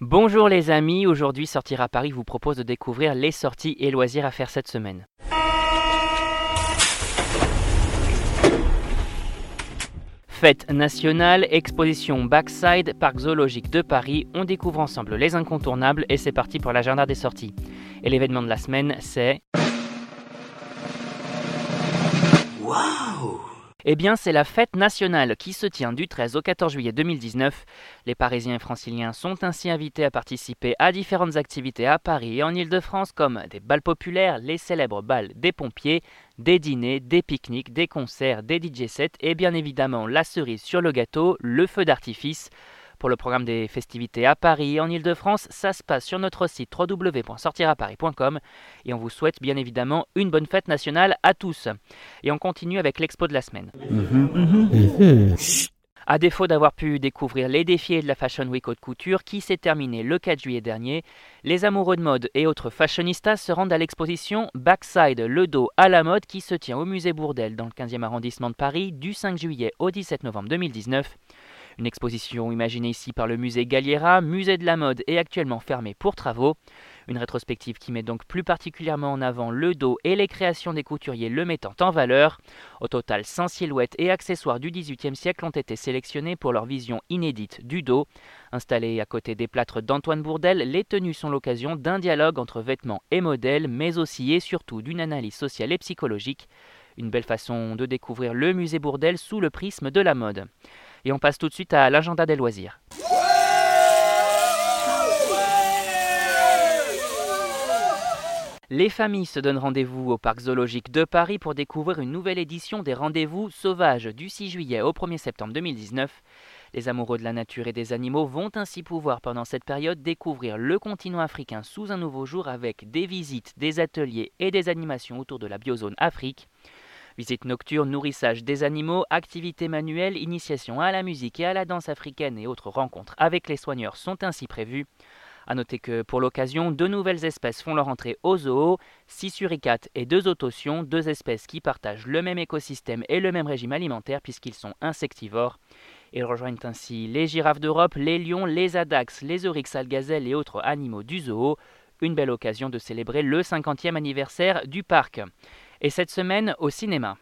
Bonjour les amis, aujourd'hui Sortir à Paris vous propose de découvrir les sorties et loisirs à faire cette semaine. Fête nationale, exposition Backside, parc zoologique de Paris, on découvre ensemble les incontournables et c'est parti pour l'agenda des sorties. Et l'événement de la semaine c'est... Waouh! Eh bien, c'est la fête nationale qui se tient du 13 au 14 juillet 2019. Les Parisiens et Franciliens sont ainsi invités à participer à différentes activités à Paris et en Île-de-France comme des bals populaires, les célèbres bals des pompiers, des dîners, des pique-niques, des concerts, des DJ sets et bien évidemment la cerise sur le gâteau, le feu d'artifice. Pour le programme des festivités à Paris et en Île-de-France, ça se passe sur notre site www.sortiraparis.com et on vous souhaite bien évidemment une bonne fête nationale à tous. Et on continue avec l'expo de la semaine. À défaut d'avoir pu découvrir les défilés de la Fashion Week Haute Couture qui s'est terminée le 4 juillet dernier, les amoureux de mode et autres fashionistas se rendent à l'exposition Backside, le dos à la mode qui se tient au musée Bourdelle dans le 15e arrondissement de Paris du 5 juillet au 17 novembre 2019. Une exposition imaginée ici par le musée Galliera, musée de la mode et actuellement fermée pour travaux. Une rétrospective qui met donc plus particulièrement en avant le dos et les créations des couturiers le mettant en valeur. Au total, 100 silhouettes et accessoires du XVIIIe siècle ont été sélectionnés pour leur vision inédite du dos. Installés à côté des plâtres d'Antoine Bourdelle, les tenues sont l'occasion d'un dialogue entre vêtements et modèles, mais aussi et surtout d'une analyse sociale et psychologique. Une belle façon de découvrir le musée Bourdelle sous le prisme de la mode. Et on passe tout de suite à l'agenda des loisirs. Les familles se donnent rendez-vous au parc zoologique de Paris pour découvrir une nouvelle édition des Rendez-vous Sauvages du 6 juillet au 1er septembre 2019. Les amoureux de la nature et des animaux vont ainsi pouvoir pendant cette période découvrir le continent africain sous un nouveau jour avec des visites, des ateliers et des animations autour de la biozone Afrique. Visites nocturnes, nourrissage des animaux, activités manuelles, initiation à la musique et à la danse africaine et autres rencontres avec les soigneurs sont ainsi prévues. A noter que pour l'occasion, 2 nouvelles espèces font leur entrée au zoo, 6 suricates et 2 autotions, 2 espèces qui partagent le même écosystème et le même régime alimentaire puisqu'ils sont insectivores. Ils rejoignent ainsi les girafes d'Europe, les lions, les adax, les oryx algazelles et autres animaux du zoo. Une belle occasion de célébrer le 50e anniversaire du parc. Et cette semaine au cinéma.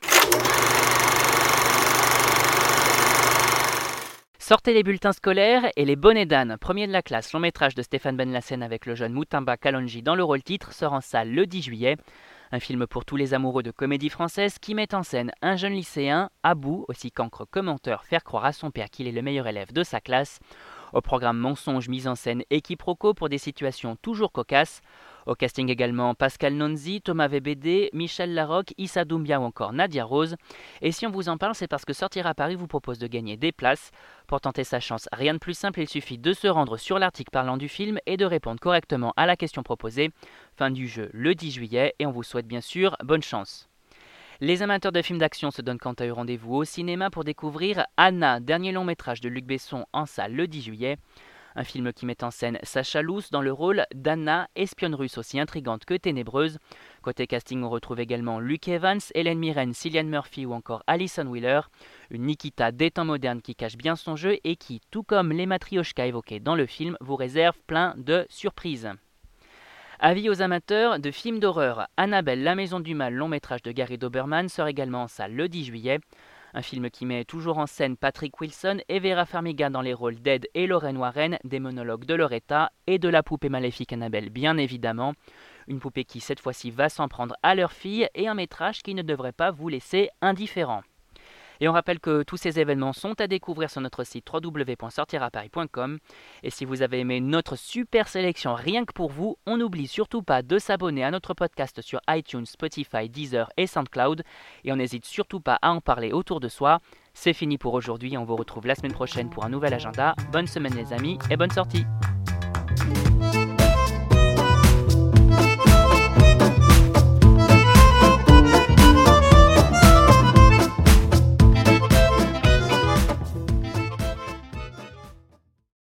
Sortez les bulletins scolaires et les bonnets d'âne. Premier de la classe, long métrage de Stéphane Ben Lassen avec le jeune Moutimba Kalonji dans le rôle titre, sort en salle le 10 juillet. Un film pour tous les amoureux de comédie française qui met en scène un jeune lycéen, Abou, aussi cancre que menteur, faire croire à son père qu'il est le meilleur élève de sa classe. Au programme mensonges, mise en scène et quiproquos pour des situations toujours cocasses. Au casting également Pascal Nonzi, Thomas VBD, Michel Larocque, Issa Doumbia ou encore Nadia Rose. Et si on vous en parle, c'est parce que Sortir à Paris vous propose de gagner des places. Pour tenter sa chance, rien de plus simple, il suffit de se rendre sur l'article parlant du film et de répondre correctement à la question proposée. Fin du jeu le 10 juillet et on vous souhaite bien sûr bonne chance. Les amateurs de films d'action se donnent quant à eux rendez-vous au cinéma pour découvrir Anna, dernier long métrage de Luc Besson en salle le 10 juillet. Un film qui met en scène Sacha Louz dans le rôle d'Anna, espionne russe aussi intrigante que ténébreuse. Côté casting, on retrouve également Luke Evans, Hélène Mirren, Cillian Murphy ou encore Alison Wheeler. Une Nikita des temps modernes qui cache bien son jeu et qui, tout comme les matrioshkas évoqués dans le film, vous réserve plein de surprises. Avis aux amateurs de films d'horreur, Annabelle, la maison du mal, long métrage de Gary Doberman, sort également en salle le 10 juillet. Un film qui met toujours en scène Patrick Wilson et Vera Farmiga dans les rôles d'Ed et Lorraine Warren, des monologues de Loretta et de la poupée maléfique Annabelle bien évidemment. Une poupée qui cette fois-ci va s'en prendre à leur fille et un métrage qui ne devrait pas vous laisser indifférent. Et on rappelle que tous ces événements sont à découvrir sur notre site www.sortiraparis.com. Et si vous avez aimé notre super sélection rien que pour vous, on n'oublie surtout pas de s'abonner à notre podcast sur iTunes, Spotify, Deezer et SoundCloud. Et on n'hésite surtout pas à en parler autour de soi. C'est fini pour aujourd'hui, on vous retrouve la semaine prochaine pour un nouvel agenda. Bonne semaine les amis et bonne sortie!